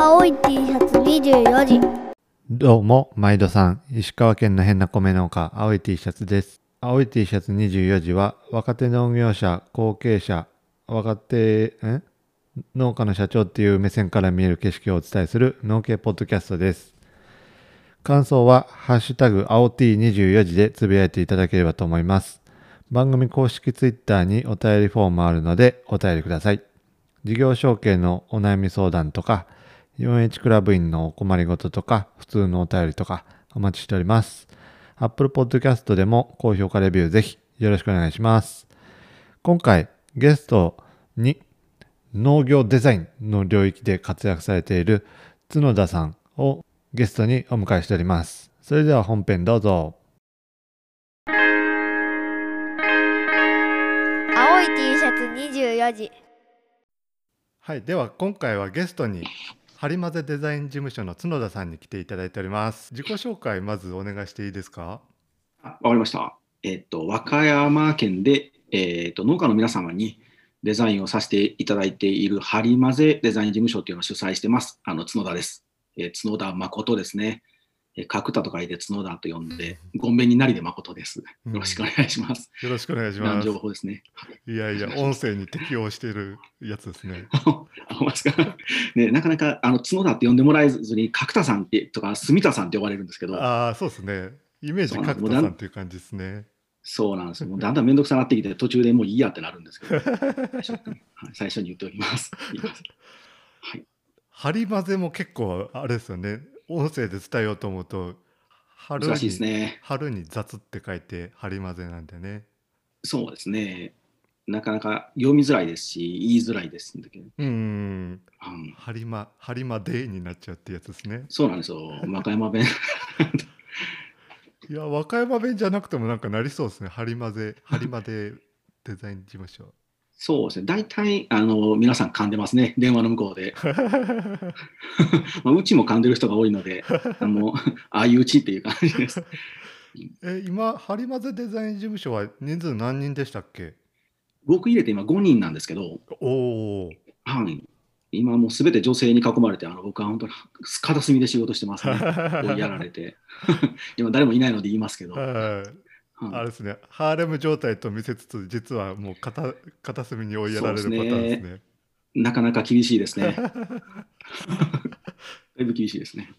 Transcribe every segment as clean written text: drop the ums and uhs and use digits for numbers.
青い T シャツ24時。 どうも、毎度さん。石川県の変な米農家、青い T シャツです。青い T シャツ24時は、若手農業者、後継者、農家の社長っていう目線から見える景色をお伝えする農系ポッドキャストです。感想は、ハッシュタグ、青 T24 時でつぶやいていただければと思います。番組公式ツイッターにお便りフォームあるので、お便りください。事業承継のお悩み相談とか、4H クラブ員のお困りごととか、普通のお便りとかお待ちしております。Apple Podcast でも高評価レビューぜひよろしくお願いします。今回ゲストに農業デザインの領域で活躍されている角田さんをゲストにお迎えしております。それでは本編どうぞ。 青い T シャツ24時。 はい、では今回はゲストにハリマゼデザイン事務所の角田さんに来ていただいております。自己紹介まずお願いしていいですか？ わかりました。和歌山県で、農家の皆様にデザインをさせていただいているハリマゼデザイン事務所っていうのを主催してます。角田です。角田誠ですね。角田と書いて角田と呼んで、ごんべんになりで誠です。よろしくお願いします。 よろしくお願いします。 情報ですね。 いやいや、音声に適応しているやつですね。 ね、なかなか角田って呼んでもらえずに角田さんってとか住田さんって呼ばれるんですけど。 ああ、そうですね。イメージ角田さんっていう感じですね。 そうなんですよ。もうだんだん面倒くさなってきて、途中でもういいやってなるんですけど、最初に言っておきます。 はい。ハリマゼも結構あれですよね。音声で伝えようと思うと、 難しいですね。 春に雑って書いてハリマゼなんでね。 そうですね。なかなか読みづらいですし、言いづらいですんだけど。 ハリマデーになっちゃうってやつですね。 そうなんですよ。和歌山弁。 いや、和歌山弁じゃなくてもなんかなりそうですね。ハリマデデザイン事務所。 そうですね。大体皆さん噛んでますね。電話の向こうで。うちも噛んでる人が多いので、ああいううちっていう感じです。 今、ハリマゼデザイン事務所は人数何人でしたっけ？ 僕入れて今5人なんですけど、はい。今もうすべて女性に囲まれて、僕は本当に片隅で仕事してますね。追いやられて。今誰もいないので言いますけど。 あれですね、ハーレム状態と見せつつ、実はもう片隅に追いやられるパターンですね。 なかなか厳しいですね。だいぶ厳しいですね。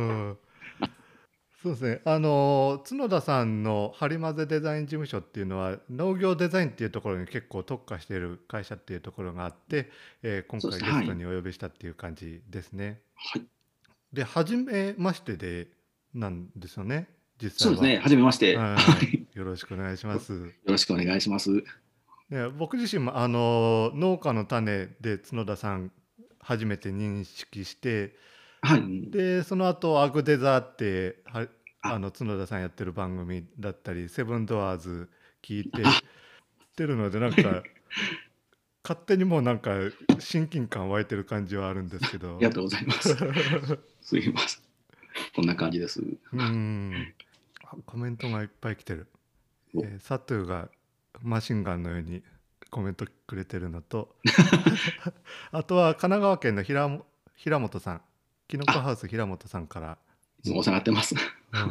そうですね。角田さんのハリマゼデザイン事務所っていうのは農業デザインっていうところに結構特化している会社っていうところがあって、今回ゲストにお呼びしたっていう感じですね。 はい。 で、初めましてでなんですよね。実際は。 そうですね。初めまして。 よろしくお願いします。 よろしくお願いします。 僕自身も農家の種で角田さん初めて認識して、 はい、 でその後アグデザって角田さんやってる番組だったりセブンドアーズ聞いてってるので、なんか勝手にもうなんか親近感湧いてる感じはあるんですけど。 ありがとうございます。すいません。こんな感じです。 コメントがいっぱい来てる。サトゥーがマシンガンのようにコメントくれてるのとあとは神奈川県の平本さん、キノコハウス平本さんからいつもお世話になってます。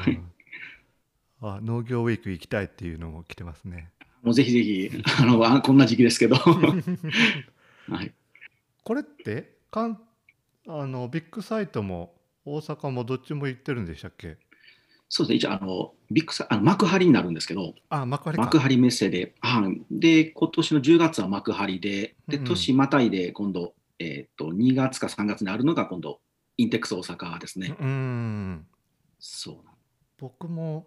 農業ウィーク行きたいっていうのも来てますね。 もうぜひぜひこんな時期ですけど、はい、 これってビッグサイトも大阪もどっちも行ってるんでしたっけ？ そうですね。一応ビッグ幕張になるんですけど、幕張メッセで、で今年の10月は幕張で、年またいで今度、2月か3月にあるのが今度インテックス大阪ですね。そう。 僕も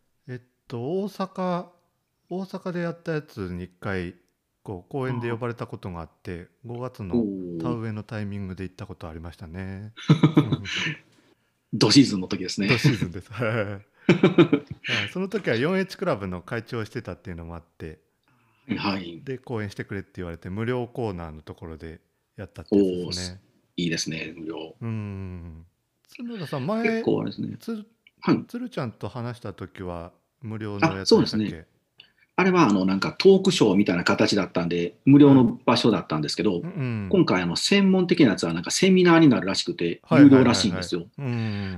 大阪でやったやつに1回こう公演で呼ばれたことがあって、5月の田植えのタイミングで行ったことありましたね。 ドシーズンの時ですね。 ドシーズンです。その時は 4H クラブの会長をしてたっていうのもあって、で講演してくれって言われて無料コーナーのところでやったってやつですね。 いいですね、無料。 角田さん、前結構あれですね。 鶴ちゃんと話した時は無料のやつでしたっけ？ あれはなんかトークショーみたいな形だったんで、無料の場所だったんですけど、 うん。 今回専門的なやつはなんかセミナーになるらしくて、 はい有料らはいはいはい。 しいんですよ。 うん。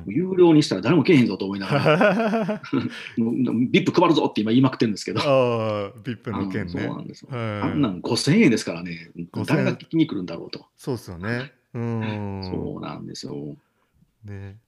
有料にしたら誰も来えへんぞと思いながら、もうビップ配るぞって今言いまくってるんですけど、 ああ、VIP の件そうね。 なんですよ。あんはい。 なん5000円ですからね、誰が 5000、 聞きに来るんだろうと。 そうっすよね。うん。 そうなんですよ。 ね。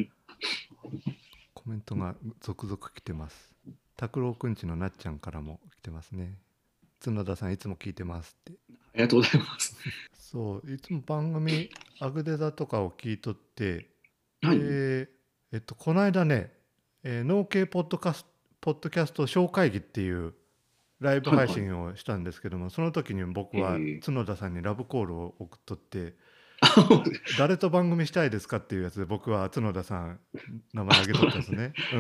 コメントが続々来てます。拓郎くんちのなっちゃんからも来てますね。角田さんいつも聞いてますって。 ありがとうございます。 そう、いつも番組アグデザとかを聞いとって、 はい。 で、この間ね、農系ポッドキャスト小会議っていうライブ配はいはい。 信をしたんですけども、その時に僕はえ角田さんにラブコールを送っとって、 ー、 誰と番組したいですかっていうやつで僕は角田さん名前挙げとったんですね。うん。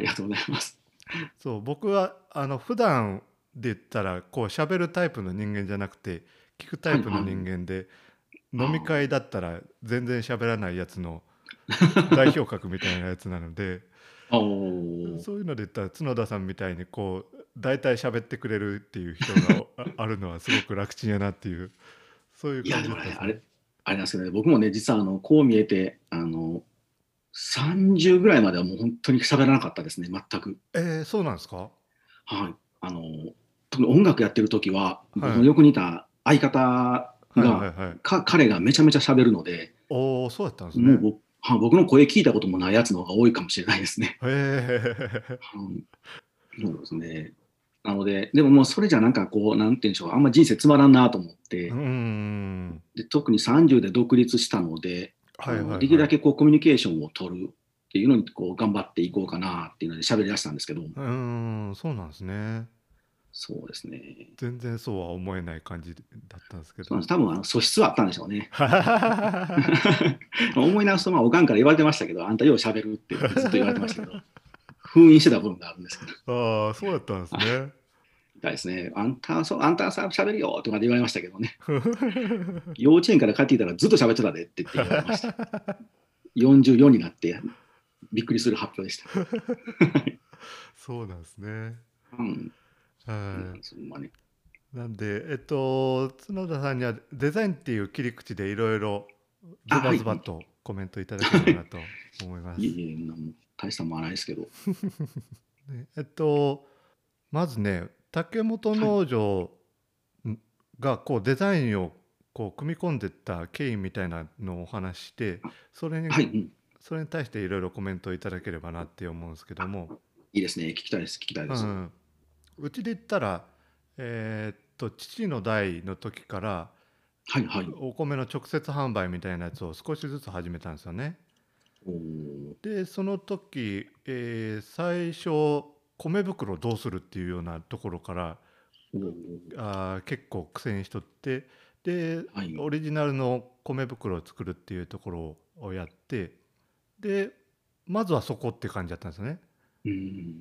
ありがとうございます。 そう、僕は普段で言ったらこう喋るタイプの人間じゃなくて聞くタイプのはいはい。 人間で、飲みあ会だったら全然喋らないやつの代表格みたいなやつなので、 あ。おー。 そういうので言ったら角田さんみたいにこう大体喋ってくれるっていう人があるのはすごく楽ちんやなっていう、そういういや、 感でもね、 じだったんですね。 あれなんですけどね、僕もね、実はこう見えて、30ぐらいまではもう本当に喋らなかったですね、全く。 そうなんですか？ はい。特に音楽やってる時は、僕のはい横にいた相方はいはが、 いはい。 彼がめちゃめちゃ喋るので、 おお、そうやったんですね。 もう僕の声聞いたこともないやつの方が多いかもしれないですね。 へえ。 うん、そうですね。なので、でももうそれじゃなんかこう、なんて言うんでしょう、あんま人生つまらんなと思っうーて、 ん。 で特に30で独立したので、 はいはいできるはい。 だけこうコミュニケーションを取るっていうのにこう頑張っていこうかなっていうので喋り出したんですけど、 そうなんですね。 そうですね。 全然そうは思えない感じだったんですけど。 そうなんです。多分素質はあったんでしょうね。 あ思い直すと、まあ、おかんから言われてましたけど、あんたよう喋るってずっと言われてましたけど、封印してた部分があるんですけど、 あ、そうやったんですね。 みたいですね。あんたさ、喋るよとかで言われましたけどね。幼稚園から帰ってきたらずっと喋ってたでって言われました。44になってびっくりする発表でした。 そうなんですね。 うん。そうなんはですほんまに。 い。なんで、角田さんにはデザインっていう切り口でいろいろズバはい。 ズバとコメントいただければなと思います。 いえいえ、大したもんはないですけど。 ねまずね、竹本はい。 農場がこうデザインをこう組み込んでった経緯みたいなのをお話しして、それにはい。うん。 それに対していろいろコメントをいただければなって思うんですけども、 いいですね。聞きたいです。聞きたいです。 うん、うちで言ったら、父の代の時からはい。はい。 お米の直接販売みたいなやつを少しずつ始めたんですよね。 おー。 でその時、最初米袋どうするっていうようなところからおー。 結構苦戦しとって、ではい。 オリジナルの米袋を作るっていうところをやって、でまずはそこって感じだったんですよね。 うん。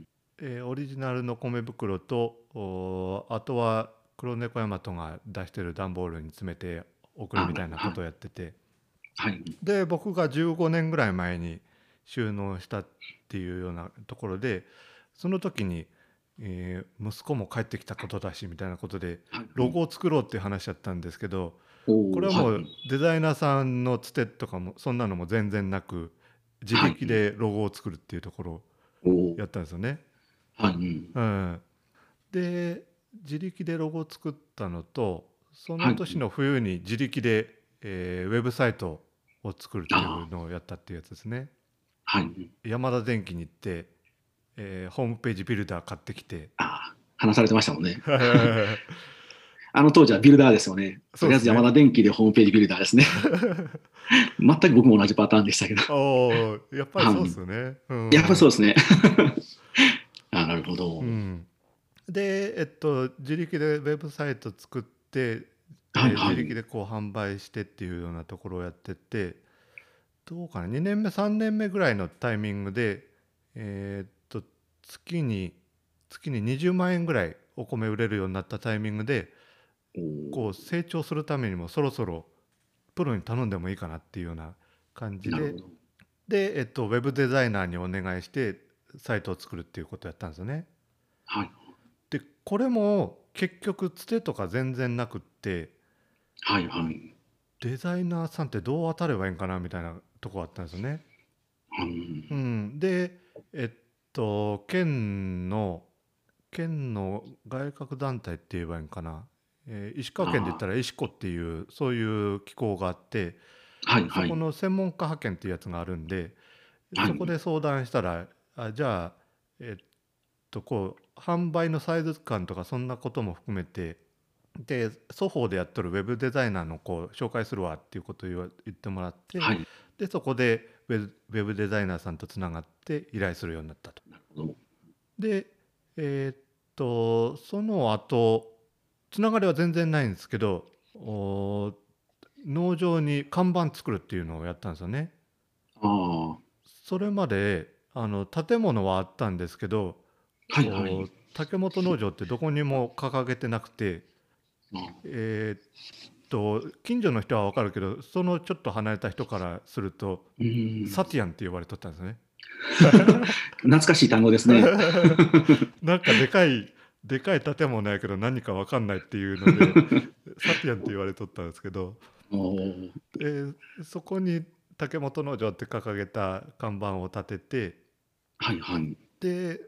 オリジナルの米袋とあとは黒猫大和が出してる段ボールに詰めて送るみなるほど。はい。 たいなことをやってて、 はい。 で僕が15年ぐらい前に収納したっていうようなところで、その時に、息子も帰ってきたことだしみたいなことではい。はい。 ロゴを作ろうっていう話だったんですけど、こおー。はい。 れはもうデザイナーさんのつてとかもそんなのも全然なく、自はい。 力でロゴを作るっていうところをおー。 やったんですよね。 はい。うん。 うん、で自力でロゴを作ったのと、そのはい。 年の冬に自力で、ウェブサイトを作るっていうあのをやったっていうやつですね。 あ。はい。うん。 ヤマダ電機に行って、ホームページビルダー買ってきてああ。話されてましたもんね。 そあの当時はビルダーですよね。とりあえず山うですね。 田電機でホームページビルダーですね。全く僕も同じパターンでしたけど。 おお、やっぱりそうではい。 すよね。 やっぱりそうですね。あ、なるほど。 うん。で、自力でウェブサイト作って、 はいはい。 自力でこう販売してっていうようなところをやってて、どうかな、2年目3年目ぐらいのタイミングで、えーっと月に20万円ぐらいお米売れるようになったタイミングで、 おこうー。 成長するためにもそろそろプロに頼んでもいいかなっていうような感じで、 なるほど。 ウェブデザイナーにお願いしてサイトを作るっていうことをやったんですよね。 はい。 でこれも結局つてとか全然なくって、 はいはい。 デザイナーさんってどう当たればいいんかなみたいなとこあったんですよね。で、県の外郭団体って言えばいいんかな、石川県で言ったら石子っていうそういう機構があって、 はいはい。 そこの専門家派遣っていうやつがあるんで、 はい。 そこで相談したら、じゃあ、こう販売のサイズ感とかそんなことも含めて、で双方でやっとるウェブデザイナーのこう紹介するわっていうことを言ってもらって、 はい。 でそこでウェブデザイナーさんとつながって依頼するようになったと。 なるほど。 でその後つながりは全然ないんですけど、農場に看板作るっていうのをやったんですよね。 ああ、はそれまで建物はあったんですけど、 いはい。 竹本農場ってどこにも掲げてなくて、 あ近所の人は分かるけど、そのちょっと離れた人からするとサティアンって呼ばれとったんですね。 懐かしい単語ですね。 なんかでかい建物やけど何か分かんないっていうのでサティアンって言われとったんですけど、 おーそこに竹本農場って掲げた看板を立てて、 はいはい。 で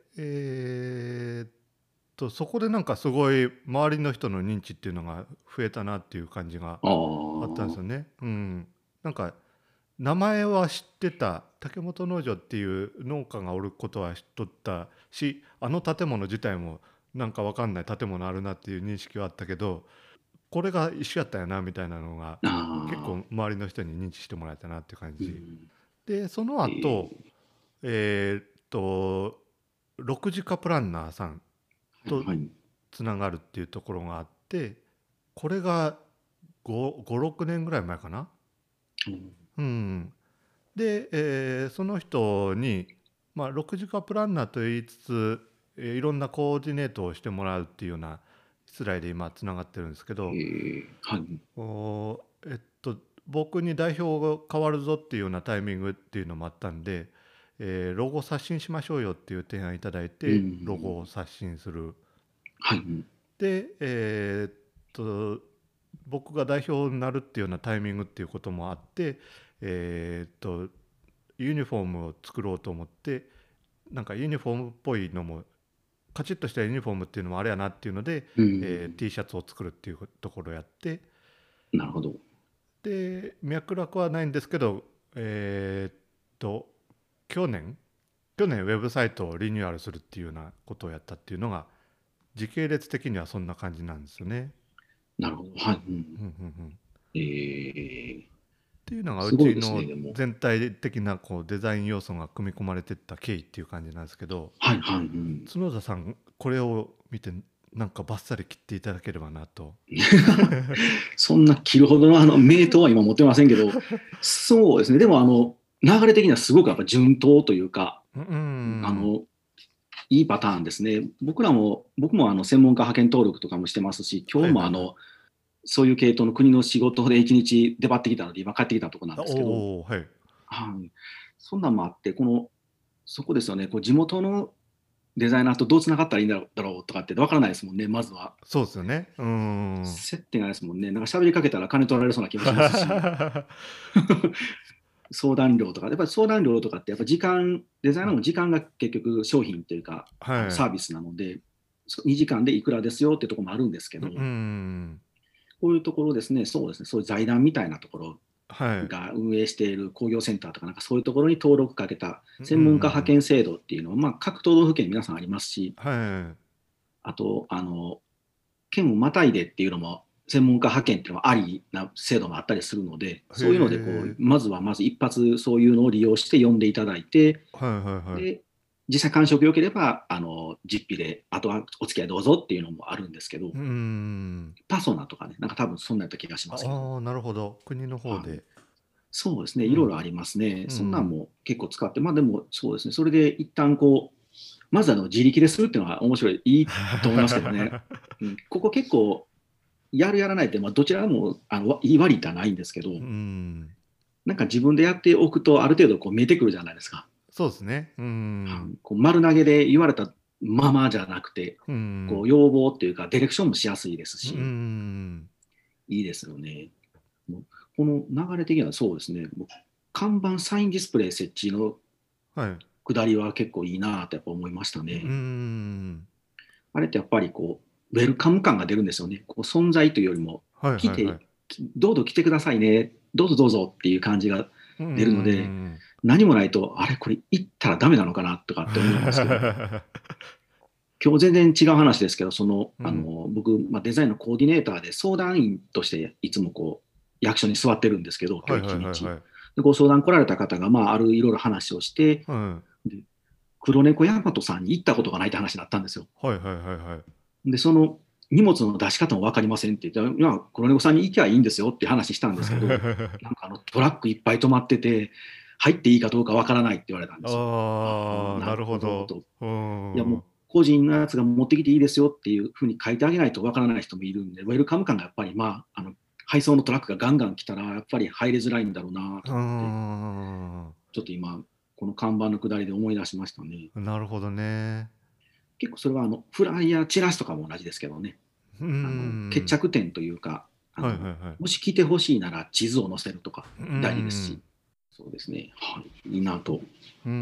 そこでなんかすごい周りの人の認知っていうのが増えたなっていう感じがああ、 あったんですはよね。なんか名前は知ってた、竹本農場っていう農家がおることは知っとったし、あの建物自体もなんかわかんない建物あるなっていう認識はあったけど、これが一緒やったよなみたいなのが結あ、 構周りの人に認知してもらえたなっていう感じで、そのえ後ー 6次化プランナーさんとはい。 つながるっていうところがあって、これが6年ぐらい前かな。うん、で、その人に、6次化プランナーと言いつつ、いろんなコーディネートをしてもらうっていうような失礼で今つながってるんですけど、 はい。 おえっと、僕に代表が変わるぞっていうようなタイミングっていうのもあったんで、ロゴ刷新しましょうよっていう提案いただいうてロゴをん。 刷新する。 はい。 で、僕が代表になるっていうようなタイミングっていうこともあって、ユニフォームを作ろうと思って、なんかユニフォームっぽいのもカチッとしたユニフォームっていうのもあれやなっていうので、 うん。 T シャツを作るっていうところをやって、 なるほど。 で脈絡はないんですけど、去年ウェブサイトをリニューアルするっていうようなことをやったっていうのが時系列的にはそんな感じなんですよね。 なるほど。はい。 うんうんうん、 えっていうのがうすごいですね、 ちのでも。 全体的なこうデザイン要素が組み込まれていった経緯っていう感じなんですけど、 はいはい。 角田さんこれを見てなんかバッサリ切っていただければなと。 そんな切るほどの名刀は今持ってませんけど、そうですね。でも流れ的にはすごくやっぱ順当というか、 うん、 あの、いいパターンですね。僕も専門家派遣登録とかもしてますし、今日もはいはいはい。 そういう系統の国の仕事で一日出張ってきたので、今帰ってきたところなんですけど、 おお、はい。 はい、そんなんもあって、そこですよね、地元のデザイナーとどうつながったらいいんだろうとかってわからないですもんね、まずは。 そうですよね。 接点がないですもんね。なんか喋りかけたら金取られそうな気もしますし、相談料とか、やっぱり相談料とかって、やっぱデザイナーの時間が結局商品というか、 はい。 サービスなので、2時間でいくらですよってところもあるんですけど、こういうところですね、そうですね、そういう財団みたいなところはい。 が運営している工業センターとか、なんかそういうところに登録かけたうんう専門家派ん。 遣制度っていうのは、各都道府県皆さんありますし、 はい。 あと、県をまたいでっていうのも、専門家派遣っていうのはありな制度もあったりするので、 へそういうのでえ。 まず一発そういうのを利用して呼んでいただいて、 はいはいはい。 で、実際感触良ければ、実費で、あとはお付き合いどうぞっていうのもあるんですけど、 うん。 パソナとかね、なんか多分そんなやった気がしますけど、 ああ、なるほど。国の方はい、 で。 そうですね、 うん。 いろいろありますね。 うん。 そんなんも結構使って、でもそうですね、それで一旦まず自力でするっていうのは面白い、いいと思いますけどね。ここ結構、やるやらないって、どちらも言い悪いってはないんですけど、 うん。 なんか自分でやっておくと、ある程度見えてくるじゃないですか。 そうですね。うん。 丸投げで言われたままじゃなくて、 うん要望っていうか、ディレクションもしやすいですうし、 んいいですよね。もうこの流れ的にはそうですね、もう看板サインディスプレイ設置のはい下りは結構いいなってやっぱ思いましたうね。 んあれってやっぱりウェルカム感が出るんですよね。存在というよりも、来て、 はいはいはいどうぞ来てくださいね、どうぞどうぞっていう感じがう出るので、 ん何もないと、あれ、これ行ったらダメなのかなとかって思うんですけど、今日全然違う話ですけど、 うん僕、デザインのコーディネーターで相談員としていつも役所に座ってるんですけど、 はい今日一日。 はいはいはいで、ご相談来られた方が、いろいろ話をして、 うんで黒猫ヤマトさんに行ったことがないって話になったんですよ。 はいはいはいはいで、その荷物の出し方も分かりませんって言って、いや、黒猫さんに行きゃいいんですよって話したんですけど、なんかトラックいっぱい止まってて、入っていいかどうか分からないって言われたんですよ。ああ、 ああ、なるほなるほどど。 と。 ういや、もうん。 個人のやつが持ってきていいですよっていうふうに書いてあげないと分からない人もいるんで、ウェルカム感がやっぱり、配送のトラックがガンガン来たら、やっぱり入りづらいんだろうなうと思って、 ん。 ちょっと今、この看板の下りで思い出しましたね。 なるほどね。 結構それはフライヤー、チラシとかも同じですけどね。 う決ん。 着点というか、 はいはいはい。 もし来てほしいなら地図を載せるとかう大事ですし、 ん。 そうですね、はい、いいなと。 うん。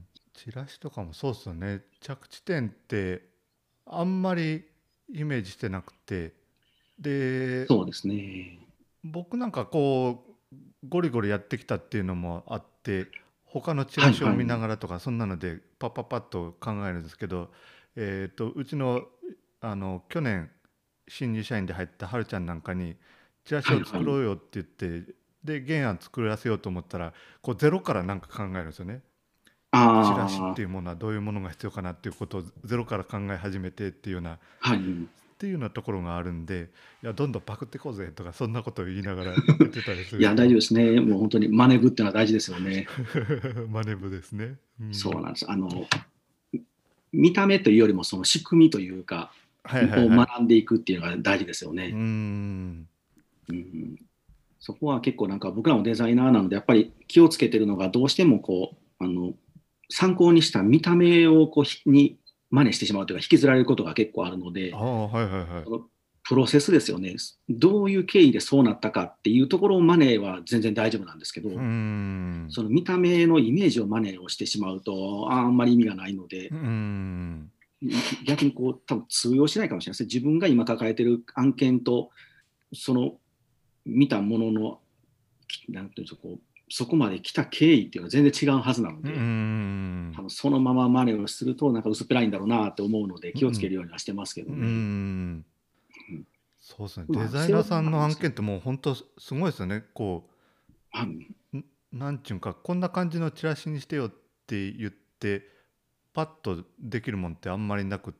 チラシとかもそうっすよね。着地点ってあんまりイメージしてなくて。で、 そうですね。 僕なんかこう、ゴリゴリやってきたっていうのもあって、他のチラシを見なはいはい。 がらとか、そんなのでパッパッパッと考えるんですけど、うちの、去年新入社員で入ったはるちゃんなんかにチラシをはいはい。 作ろうよって言って、で原案作らせようと思ったらこうゼロからなんか考えるんですよね。チラシっあていうものはどういうものが必要かなっていうことをゼロから考え始めてっていうようなあ、はい。 っていうようなところがあるんで、いやどんどんパクってこうぜとかそんなことを言いながらやってたりすいや、大ると丈夫ですね。もう本当にマネ部っていうのは大事ですよね。 マネ部ですね。うん、 そうなんです。見た目というよりもその仕組みというか、 はいはいをはい。 学んでいくっていうのが大事ですようね。 んうん、そこは結構なんか僕らもデザイナーなので、やっぱり気をつけてるのが、どうしても参考にした見た目をに真似してしまうというか、引きずられることが結構あるので、 ああはいはいはい。 そのプロセスですよね。どういう経緯でそうなったかっていうところを真似は全然大丈夫なんですけうど、 んその見た目のイメージを真似をしてしまうと、あんまり意味がないので、 うん逆に多分通用しないかもしれないです。自分が今抱えている案件と、その見たものの、なんていうんですか、そこまで来た経緯っていうのは全然違うはずなのうで、 ん多分そのまま真似をすると、なんか薄っぺらいんだろうなって思うので、気をつけうんるようにはしてますけうどね。 んそうですね。デまあ、 ザイ背負いなナーさんのがらですね。 案件ってもう本当すごいですよね。こあ、 うなんちゅうかこんな感じのチラシにしてよって言ってパッとできるもんってあんまりなくって、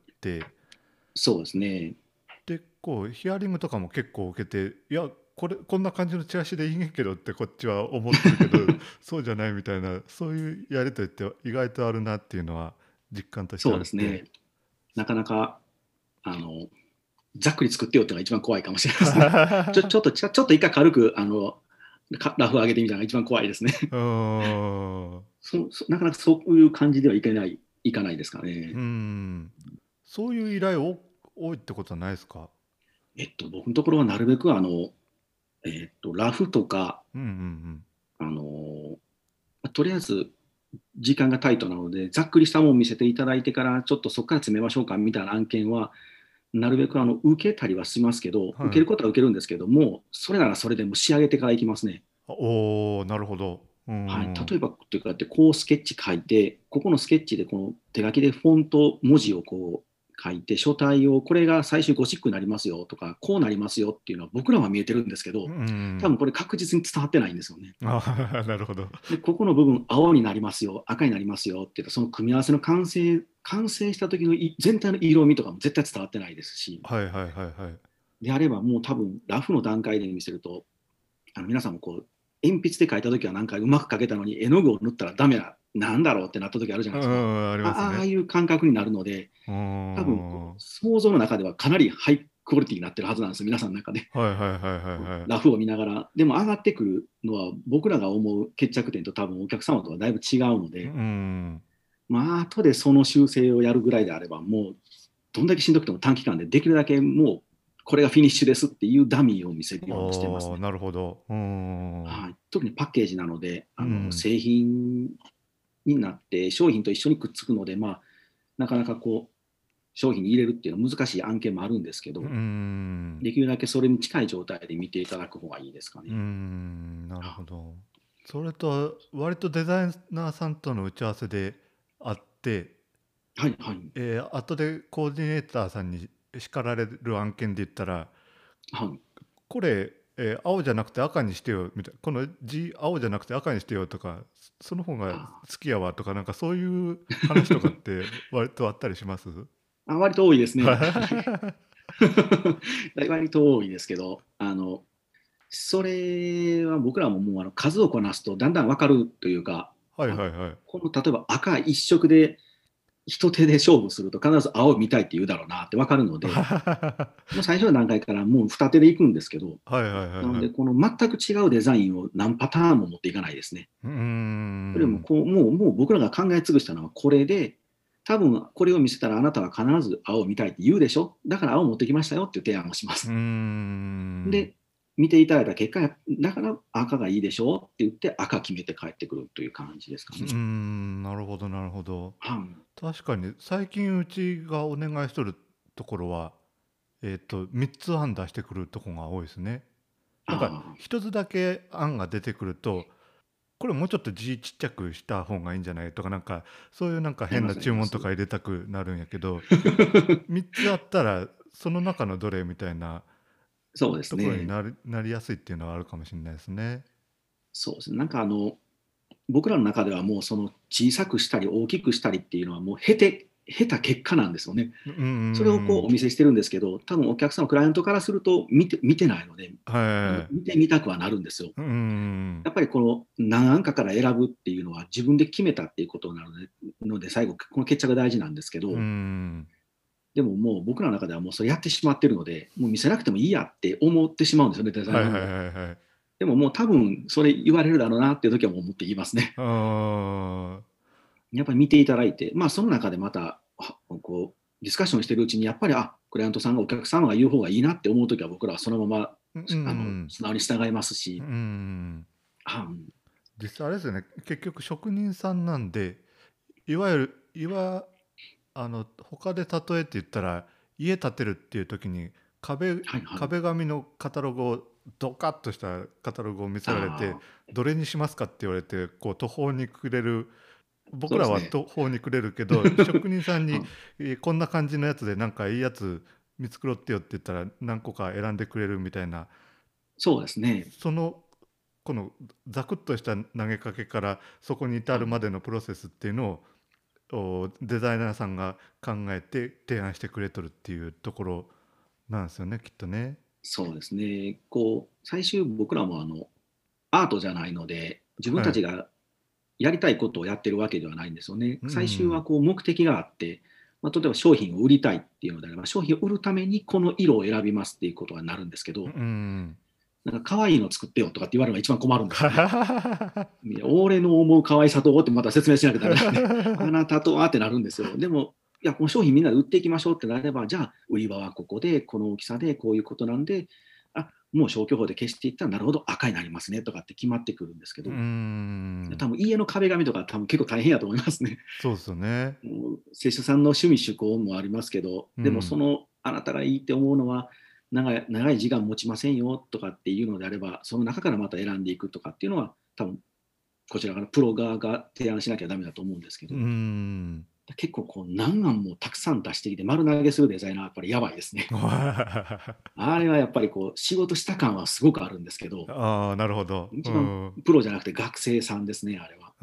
そうですね。 でこうヒアリングとかも結構受けて、いやこれこんな感じのチラシでいいんやけどってこっちは思ってるけどそうじゃないみたいな、そういうやりとりって意外とあるなっていうのは実感としてそうあって。 ですね。なかなか、ざっくり作ってよっていうのが一番怖いかもしれないですね。ちょっと一回軽く、ラフ上げてみたのが一番怖いですね。 うーんなかなかそういう感じではいかないですかうね。 んそういう依頼多いってことはないですか？ 僕のところはなるべくラフとか、 うんうんあの、とりあえず時間がタイトなので、ざっくりしたものを見せていただいてから、ちょっとそこから詰めましょうかみたいな案件は、なるべく受けたりはしますけど、 うん。はい。 受けることは受けるんですけども、それならそれでも仕上げてからいきますね。 おお、なるほど。うはい、 ん。 例えばというかってこうスケッチ書いて、ここのスケッチでこの手書きでフォント文字を書いて、書体をこれが最終ゴシックになりますよとか、こうなりますよっていうのは僕らは見えてるんですけうど、多ん。 分これ確実に伝わってないんですよね。 あーなるほど。 で、ここの部分青になりますよ、赤になりますよっていうその組み合わせの完成した時の全体の色味とかも絶対伝わってないですし、 はいはいはいはい。 であればもう多分ラフの段階で見せると、皆さんも鉛筆で書いた時はなんかうまく書けたのに絵の具を塗ったらダメなんだろうってなった時あるじゃうないですか。 ん、ありますね。 ああいう感覚になるので、 うー多分ん。はい想像の中ではかなりハイクオリティになってるはずなんですよ、皆さんの中で。 はいはいはいはい。 ラフを見ながら。でも上がってくるのは僕らが思う決着点と多分お客様とはだいぶ違うのうで、 ん。 まあ後でその修正をやるぐらいであれば、もうどんだけしんどくても短期間でできるだけもうこれがフィニッシュですっていうダミーを見せるようにしてますね。 なるほど。 はい、特にパッケージなので、 うん製品になって商品と一緒にくっつくので、まあ、なかなかこう商品に入れるっていうのは難しい案件もあるんですけど、できるだけそれに近い状態で見ていただく方がいいですかね。 なるほど。それと割とデザイナーさんとの打ち合わせであって、 はいはい。 後でコーディネーターさんに叱られる案件で言ったら、 はい。 これ、青じゃなくて赤にしてよみたいな、この字青じゃなくて赤にしてよとか、その方が好きやわとか、なんかそういう話とかって割とあったりします？ 割と多いですね。割と多いですけど、それは僕らももう数をこなすとだんだん分かるというか、 はいはいはい。 この例えば赤一色で一手で勝負すると必ず青見たいって言うだろうなって分かるので、もう最初の段階からもう二手でいくんですけど、 はいはいはいはい。 なのでこの全く違うデザインを何パターンも持っていかないですね。それももう僕らが考え尽くしたのはこれで、多分これを見せたらあなたは必ず青を見たいって言うでしょ、だから青持ってきましたよっていう提案をします。で、見ていただいた結果、だから赤がいいでしょって言って赤決めて帰ってくるという感じですかね。 なるほどなるほど。 はい。 確かに最近うちがお願いしとるところは、3つ案出してくるとこが多いですね。なんかあ 1つだけ案が出てくると、これもうちょっと字ちっちゃくした方がいいんじゃないとか、なんかそういうなんかあ、あり変なますあります。 注文とか入れたくなるんやけど、3つあったらその中のどれみたいなそうですところにね。 なりやすいっていうのはあるかもしれないですね。 そうですね。なんか僕らの中ではもうその小さくしたり大きくしたりっていうのはもう経た結果なんですよね。 うんうそれをこうおん見せしてるんですけど、多分お客さん、クライアントからすると見てないので、 はい。 見てみたくはなるんですよ。 うん。 やっぱりこの何案かから選ぶっていうのは自分で決めたっていうことなので最後、この決着が大事なんですけうど、 ん。 でももう僕らの中ではもうそれやってしまってるので、もう見せなくてもいいやって思ってしまうんですよね、デザイはいはいナーも。 はいはい。 でももう多分それ言われるだろうなっていう時はもう思って言いますね。 ああ。 やっぱり見ていただいて、まあその中でまたこうディスカッションしてるうちにやっぱりクライアントさんがお客様が言う方がいいなって思う時は僕らはそのままうん素直に従いますうし、 ん。 あ実際あれですよね。結局職人さんなんで、いわゆる他で例えて言ったら、家建てるっていう時にはいはい。 壁紙のカタログをドカッとしたカタログを見せられて、 あどれにしますかって言われて、こう途方に暮れる。僕らはそうですね。 途方に暮れるけど、職人さんに、 はいこんな感じのやつでなんかいいやつ見繕ってよって言ったら何個か選んでくれるみたいな、 そうですね。 そのこのザクッとした投げかけからそこに至るまでのプロセスっていうのをデザイナーさんが考えて提案してくれとるっていうところなんですよね、きっとね。 そうですね。こう、最終僕らもアートじゃないので、自分はい。 たちがやりたいことをやってるわけではないんですよね。 う最終はん。 こう目的があって、例えば商品を売りたいっていうのであれば、商品を売るためにこの色を選びますっていうことになるんですけうど、 ん。 なんか可愛いの作ってよとかって言われるのが一番困るんですよね。 はいや俺の思う可愛さとってまた説明しなきゃダメなんで、あなたとはってなるんですよ。でも、いや、この商品みんなで売っていきましょうってなれば、じゃあ、売り場はここで、この大きさで、こういうことなんで、もう消去法で消していったら、なるほど、赤になりますねとかって決まってくるんですけうど、 ん。 多分家の壁紙とか多分結構大変やと思いますね。 そうですよね。 もう施主さんの趣味趣向もありますけど、でもそうん。 のあなたがいいって思うのは長い時間持ちませんよとかっていうのであれば、その中からまた選んでいくとかっていうのは、多分こちらからプロ側が提案しなきゃダメだと思うんですけうど、 ん。 結構こう何案もたくさん出してきて丸投げするデザイナーはやっぱりやばいですね。あれはやっぱりこう仕事した感はすごくあるんですけど、 ああ、なるほど。う一番ん。 プロじゃなくて学生さんですね、あれは。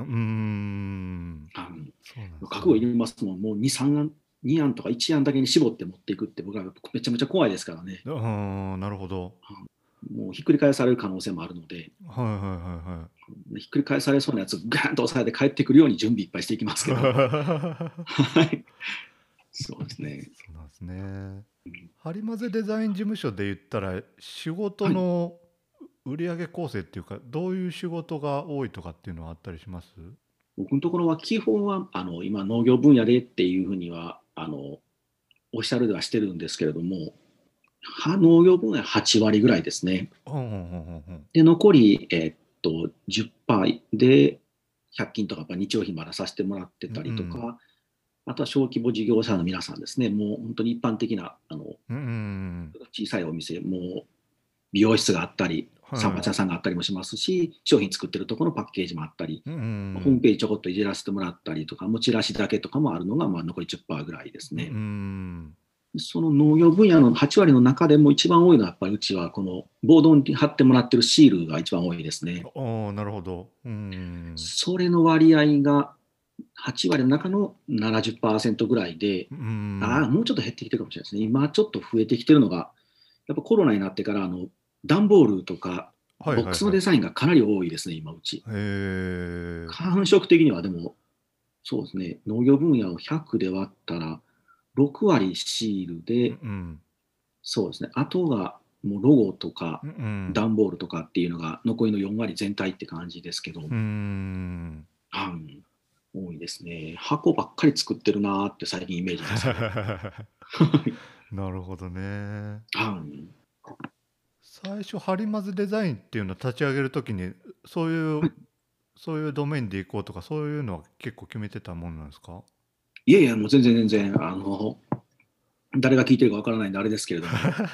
そうなんですね。 覚悟いりますもん、もう2、3案、2案とか1案だけに絞って持っていくって僕はめちゃめちゃ怖いですからね。 なるほど。 もうひっくり返される可能性もあるので、 はいはいはいはい。 ひっくり返されそうなやつガーンと押さえて帰ってくるように準備いっぱいしていきますけど、はい。そうですね。 そうなんですね。ハリマゼデザイン事務所で言ったら、仕事はい。 の売上構成っていうか、どういう仕事が多いとかっていうのはあったりします？ 僕のところは基本は今農業分野でっていうふうにはおっしゃるではしてるんですけれども、農業分野は8割ぐらいですね。 うんうんうんうんうん。 で、残り、10%で100均とかやっぱ日用品まださせてもらってたりとか、あとは小規模事業者の皆さんですね、もう本当に一般的なうんうん小さいお店、もう美容室があったり、 はい散髪屋さんがあったりもしますし、商品作ってるところのパッケージもあったり、 うんうんホームページちょこっといじらせてもらったりとか、もうチラシだけとかもあるのが、まあ、残り10%ぐらいですうんうね。 んその農業分野の8割の中でも一番多いのは、やっぱりうちはこのボードに貼ってもらってるシールが一番多いですね。 ああ、なるほど。うんそれの割合が8割の中の70%ぐらいで、 うんもうちょっと減ってきてるかもしれないですね。今ちょっと増えてきてるのが、やっぱコロナになってから段ボールとかはいはいはい。 ボックスのデザインがかなり多いですね、今うち。 へえ。 感触的にはでも、そうですね、農業分野を100で割ったら、6割シールで、 うんそうですね、あとがもうロゴとかうん段ボールとかっていうのが残りの4割全体って感じですけど、 うん多いですね。箱ばっかり作ってるなーって最近イメージですけど。 なるほどね。 はい最初、ハリマズデザインっていうのを立ち上げるときに、そういうドメインでいこうとか、そういうのは結構決めてたもんなんですか？ いやいや、もう全然全然、誰が聞いてるかわからないんであれですけれども、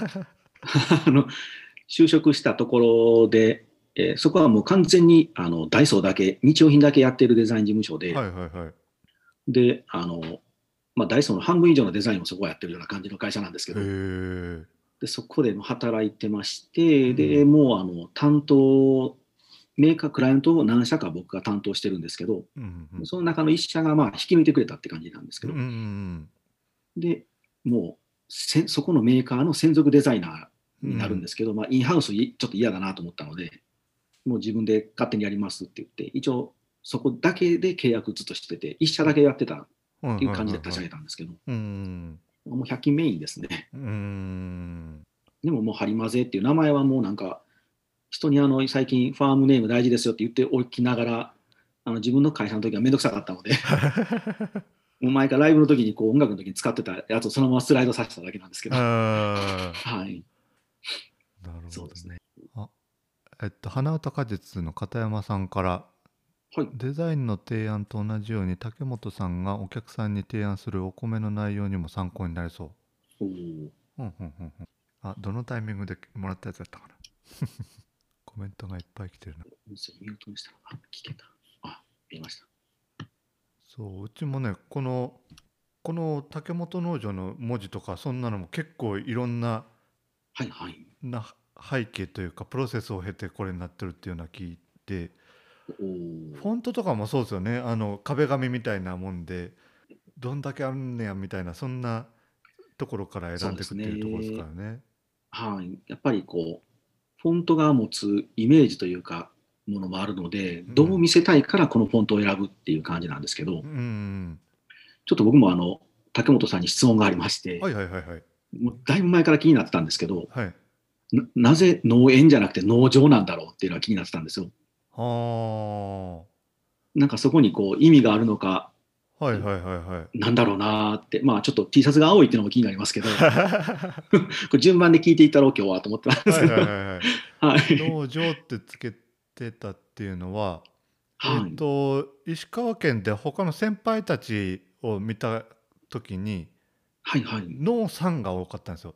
就職したところで、そこはもう完全にダイソーだけ、日用品だけやってるデザイン事務所で、 はいはいはい。 で、ダイソーの半分以上のデザインをそこはやってるような感じの会社なんですけへど、 え。 でそこで働いてまして、 うんで、もう担当、メーカー、クライアントを何社か僕が担当してるんですけど、 うんうんその中の一社がまあ引き抜いてくれたって感じなんですけど、 うんうんで、もうそこのメーカーの専属デザイナーうんになるんですけど、まあ、インハウスちょっと嫌だなと思ったので、もう自分で勝手にやりますって言って、一応そこだけで契約ずっとしてて、一社だけやってたっていう感じで立ち上げたんですけど、 うんもう100均メインですね。 うんでももうハリマゼっていう名前はもうなんか、人に最近ファームネーム大事ですよって言っておきながら、自分の会社の時はめんどくさかったので、もう前からライブの時にこう音楽の時に使ってたやつをそのままスライドさせただけなんですけど、 あはい、 ーなるほどそうですね。 花歌果実の片山さんからはい。 デザインの提案と同じように竹本さんがお客さんに提案するお米の内容にも参考になりそう。 おーどのタイミングでもらったやつだったかな。コメントがいっぱい来てるな。 音声ミュートにしたら、聞けた。見えました。 そう、うちもね、この竹本農場の文字とかそんなのも結構いろんなはいはい。 背景というかプロセスを経てこれになってるっていうのは聞いて、 おーフォントとかもそうですよね。壁紙みたいなもんでどんだけあんねやみたいな、そんなところから選んでいくっていうところですからね。 はい。やっぱりこう、フォントが持つイメージというか、ものもあるので、どう見せたいからこのフォントを選ぶっていう感じなんですけど、 うんちょっと僕も竹本さんに質問がありまして、 はいはいはいはいもうだいぶ前から気になってたんですけど、 はい。 なぜ農園じゃなくて農場なんだろうっていうのは気になってたんですよ。 はなんかそこにこう意味があるのか、 あはいはいはいはいなんだろうなーって、まあちょっと T シャツが青いっていうのも気になりますけど、これ順番で聞いていったろう今日はと思ってますはいけど、 はいはいはいはい。 農場ってつけてたっていうのは、 はい。 石川県で他の先輩たちを見た時にはいはい。 農さんが多かったんですよ。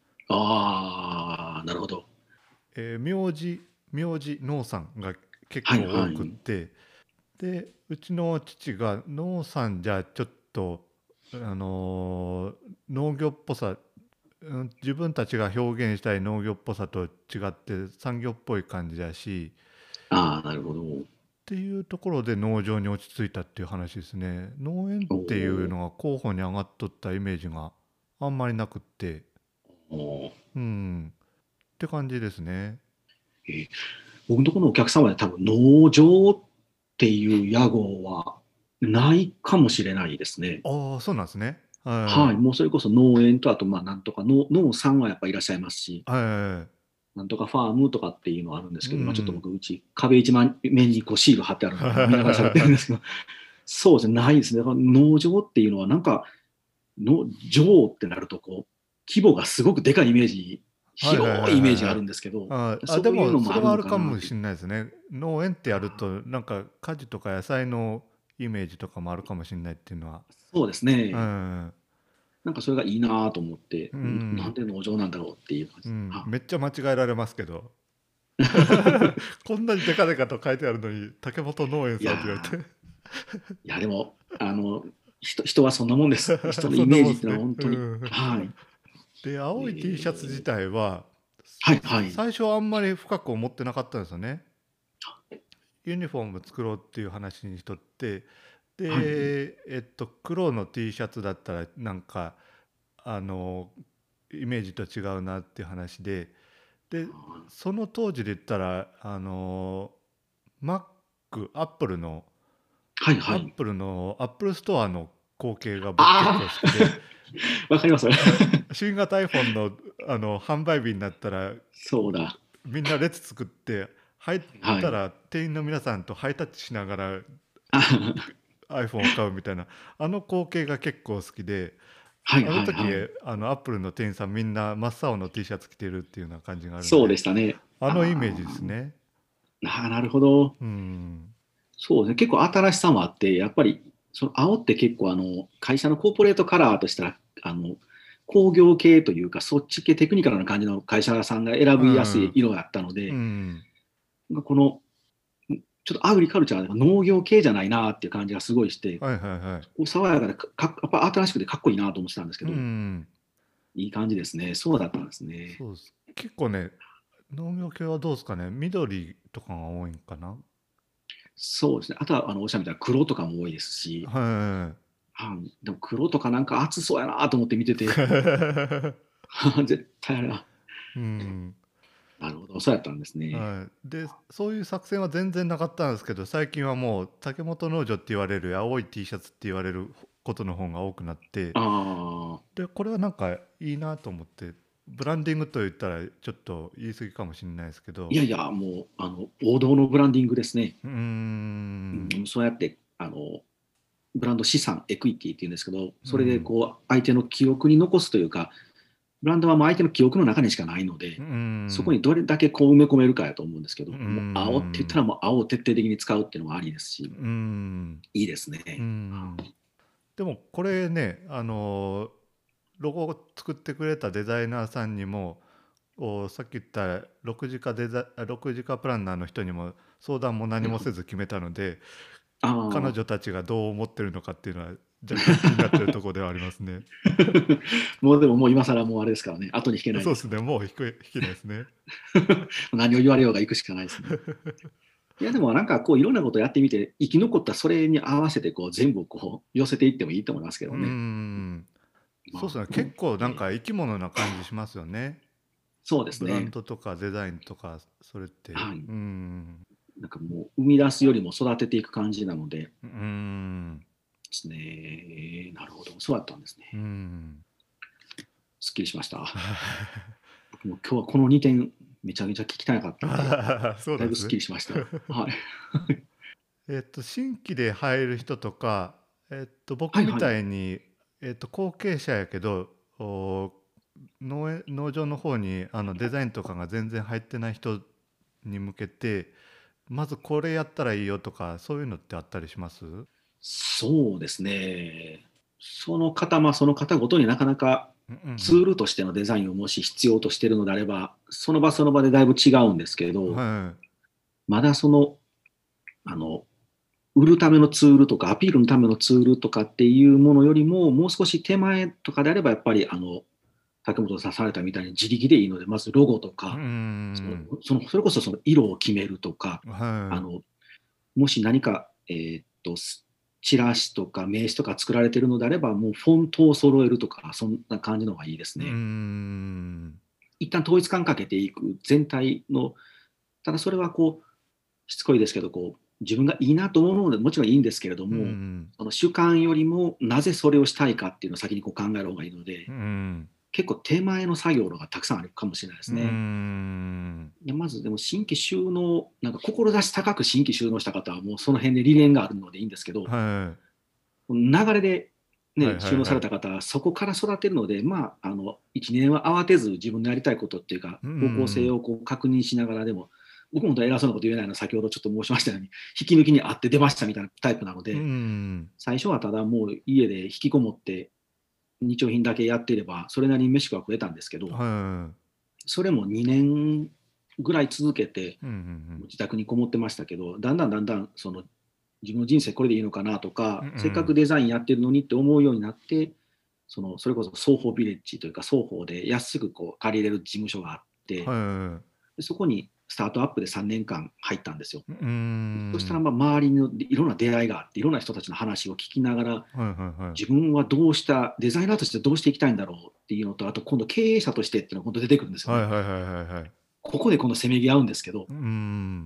なるほど。 名字農さんが結はい構多くっはい。 て、でうちの父が農さんじゃちょっと農業っぽさ、自分たちが表現したい農業っぽさと違って産業っぽい感じだしなるほど。 っていうところで農場に落ち着いたっていう話ですね。農園っていうのが候補に上がっとったイメージがあんまりなくって、 おって感じですね。 僕のところのお客様で多分農場っていう屋号はないかもしれないですね。 ああ、そうなんですね。 はい。もうそれこそ農園とあとまあなんとか農さんはやっぱいらっしゃいますし、なんとかファームとかっていうのはあるんですけど、まあちょっと僕うち壁一面にこうシール貼ってあるので見ながら喋ってるんですけど、 そうですね、ないですね。農場っていうのは、なんか、場ってなると、規模がすごくでかいイメージ、 はいはい広いイメージがあはいはいはい。 るんですけど、 でそういうのもあるのもそれはあるかなっていう。 かもしれないですね。農園ってやるとなんか果樹とか野菜のイメージとかもあるかもしれないっていうのは。 そうですうね。 ん。 なんかそれがいいなと思って、 うなんん。 で農場なんだろうっていう感じ。 うん。 はめっちゃ間違えられますけど。こんなにデカデカと書いてあるのに竹本農園いやさんって言われて。 いやでも、人はそんなもんです。人のそイメージっていうのんなもんですね。 は本当に。 うん。 はい。 で、青い T シャツ自え体ははい、はい。 最初はあんまり深く思ってなかったんですよね。ユニフォーム作ろうっていう話にしとって、 はい。 で、黒の T シャツだったらなんかあのイメージと違うなっていう話で、その当時で言ったらMac、アップルのはい、はい。 アップルストアの光景が僕結構あ好きで、 あ、わかります。 新型 iPhone の販売日になったらそうだ。 みんな列作って入っはい。 たら店員の皆さんとハイタッチしながらあ iPhone を買うみたいな光景が結構好きで、 はい、 あのはい、 時はい。 アップルの店員さんみんな真っ青の T シャツ着てるっていうような感じがあるんそうでで、 したね。 あのイメージですね。 なるほど。 うん。 そうですね。結構新しさもあって、やっぱり、その青って結構会社のコーポレートカラーとしたら、工業系というか、そっち系テクニカルな感じの会社さんが選うびやすいん。 色だったのうで、 ん。 この、ちょっとアグリカルチャーで農業系じゃないなっていう感じがすごいして、 はいはいはい。 爽やかでやっぱ新しくてかっこいいなと思ってたんですけうど、 ん。 いい感じですね。そうだったんですね。 そうです。結構ね、農業系はどうですかね。緑とかが多いんかな。 そうですね。あとは、おっしゃるみたいな黒とかも多いですし、 はでも黒とかなんか暑そうやなと思って見てい。 て、絶対あれは。 うん。 なるほど、そうやったんですね。 はい。で、そういう作戦は全然なかったんですけど、最近はもう竹本農場って言われる青い T シャツって言われることの方が多くなって、 ああ、 で、これはなんかいいなと思って、ブランディングと言ったらちょっと言い過ぎかもしれないですけど、 いやいや、もう、王道のブランディングですね。 うーん。 そうやって、ブランド資産、エクイティっていうんですけど、それでうん。 こう、相手の記憶に残すというか、ブランドはもう相手の記憶の中にしかないのうで、そこん。 にどれだけこう埋め込めるかやと思うんですけうど、もう青って言ったん。 らもう青を徹底的に使うっていうのもありですし、 うん。 いいですうね。 ん。でもこれね、ロゴを作ってくれたデザイナーさんにも、さっき言った6次化プランナーの人にも相談も何もせず決めたので、彼ああ、 女たちがどう思ってるのかっていうのは若干気になってるところではありますね。 もうでももう今更もうあれですからね、後に引けないですから。 そうですね、もう引けないですね。 何を言われようが行くしかないですね。いやでもなんかこういろんなことやってみて生き残ったそれに合わせてこう全部こう寄せていってもいいと思いますけうーどね。 ん。そうですね、 まあ、 結構なんか生き物な感じしますよね。 そうですブランね。 ドとかデザインとか、それって。 はい。 うーん。 なんかもう生み出すよりも育てていく感じなのででうーん。 すね。なるほど。そうだったんですね。 うーん。 すっきりしました。僕も今日はこの2点めちゃめちゃ聞きたかったんで、 そうだいぶすっなんですね。 きりしました。はい。 新規で入る人とか、僕みはいはい。 たいに、後継者やけど、農場の方にデザインとかが全然入ってない人に向けて、まずこれやったらいいよとか、そういうのってあったりします？ そうですね。その方、その方ごとになかなかうんうんツールとしてのデザインをもし必要としているのであれば、その場その場でだいぶ違うんですけうん。 ど、 はい。 まだあの、売るためのツールとか、アピールのためのツールとかっていうものよりも、もう少し手前とかであれば、やっぱり、竹本さんされたみたいに自力でいいので、まずロゴとうーか、 ん。 それこそその色を決めるとか、あはい。 の、もし何か、チラシとか名刺とか作られているのであれば、もうフォントを揃えるとか、そんな感じの方がいいですうーね。 ん。 一旦統一感かけていく全体の、ただそれはこう、しつこいですけど、自分がいいなと思うものでもちろんいいんですけれどうも、 ん。 その主観よりもなぜそれをしたいかっていうのを先に考える方がいいのうで、 ん。 結構手前の作業のがたくさんあるかもしれないでうーすね。 ん。 でまずでも新規収納、なんか志高く新規収納した方はもうその辺で理念があるのでいいんですけど、 はい。 流れで、ね、 はいはい収納さはい。 れた方はそこから育てるので、1年は慌てず自分のやりたいことっていうか、 う方向性ん。 をこう確認しながらでも、僕も本当は偉そうなこと言えないのは先ほどちょっと申しましたように、引き抜きにあって出ましたみたいなタイプなのうで、 ん。 最初はただもう家で引きこもって日用品だけやっていれば、それなりに飯は食えたんですけど、 はい。 それも2年ぐらい続けて、 うんうん自宅にこもってましたけど、だんだんその自分の人生これでいいのかなとうん。 か、 うんせっかくデザインやってるのにって思うようになって、それこそ双方ビレッジというか、双方で安くこう借りれる事務所があって、 はでそこにスタートアップで3年間入ったんですよ。 い。 そしたら周りのいろんな出会いがあって、いろんな人たちの話を聞きながら、 はいはいはい。 自分はどうした、デザイナーとしてどうしていきたいんだろうっていうのと、あと今度経営者としてっていうのが今度出てくるんですよね。 はいはいはいはいはい。 ここで今度せめぎ合うんですけど、 うん。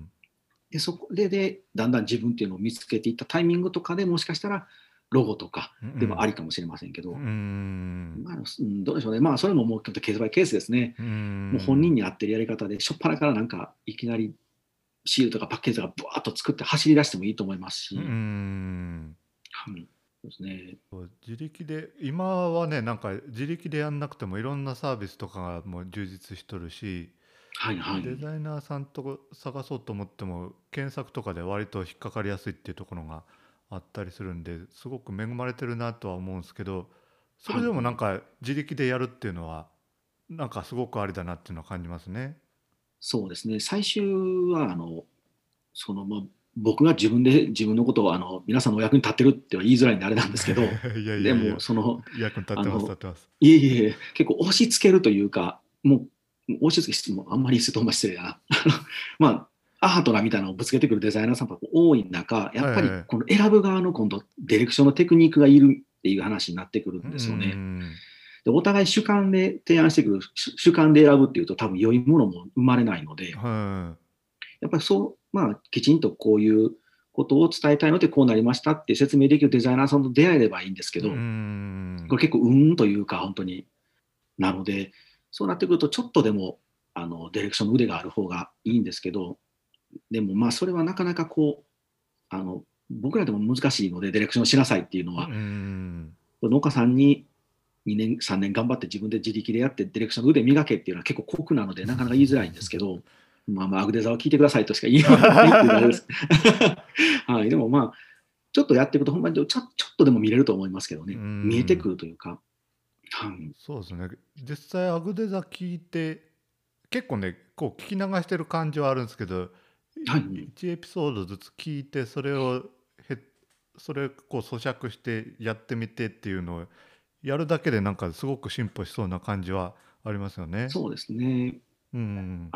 でそこでだんだん自分っていうのを見つけていったタイミングとかでもしかしたらロゴとかでもあうん。 りかもしれませんけうど、 ん。 どうでしょうね。それももうちょっとケースバイケースですね。 うもう本人ん。 に合ってるやり方で、初っ端からなんかいきなりシールとかパッケージとかブワーッと作って走り出してもいいと思いますうし、 ん。 そうですね。 自力で、今はね、なんか自力でやんなくてもいろんなサービスとかがもう充実しとるし、 はいはい。 デザイナーさんと探そうと思っても検索とかで割と引っかかりやすいっていうところがあったりするんで、すごく恵まれてるなとは思うんですけど、それでもなんはい。 か自力でやるっていうのはなんかすごくありだなっていうのは感じますね。 そうですね。最終は、まあ僕が自分で自分のことを皆さんのお役に立ってるっては言いづらいんであれなんですけど、 いやいでもやいや、役に立ってます、立あの、 ってます。 いえいえ、結構押し付けるというか、もう押し付けしてもあんまり言うとあんま失礼だな。まアートなみたいなのをぶつけてくるデザイナーさんが多い中、やっぱりはいはい。 この選ぶ側の今度、ディレクションのテクニックがいるっていう話になってくるうんですよね。 ん。 でお互い主観で提案してくる、主観で選ぶっていうと多分良いものも生まれないので、 はやっぱりきちんとこういうことを伝えたいのでこうなりましたって説明できるデザイナーさんと出会えればいいんですけい。うど、こん。 れ結構運というか本当になので、そうなってくるとちょっとでもディレクションの腕がある方がいいんですけど、でもそれはなかなか僕らでも難しいので、ディレクションしなさいっていうのうは、 ん。 農家さんに2年、3年頑張って自分で自力でやってディレクションの腕磨けっていうのは結構酷なので、なかなか言いづらいんですけど、アグデザを聞いてくださいとしか言いようがないっていうのはあれです。はい、でもちょっとやっていくと、ほんまにちょっとでも見れると思いますけどうね。見えてくん。 るというか。はい。 そうですね。実際アグデザ聞いて結構ね、こう聞き流してる感じはあるんですけど、 はい。 1エピソードずつ聞いてへそれこう咀嚼してやってみてっていうのをやるだけでなんかすごく進歩しそうな感じはありますよね。 そうですね。 うん。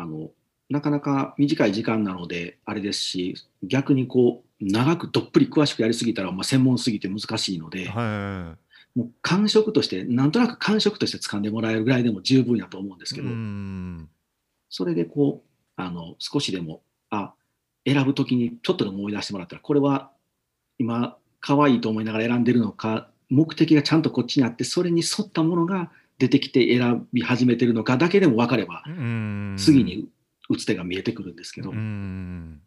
あの、なかなか短い時間なので、あれですし、逆に長くどっぷり詳しくやりすぎたら、専門すぎて難しいので、 はもう感触として、なんとなく感触として掴んでもらえるぐらいでも十分やと思うんですい。うけど、 ん。 それで少しでも、選ぶときにちょっとでも思い出してもらったら、これは今、可愛いと思いながら選んでるのか、目的がちゃんとこっちにあって、それに沿ったものが出てきて選び始めてるのかだけでも分かれば、 うん。 次に打つ手が見えてくるんですけうど、 ん。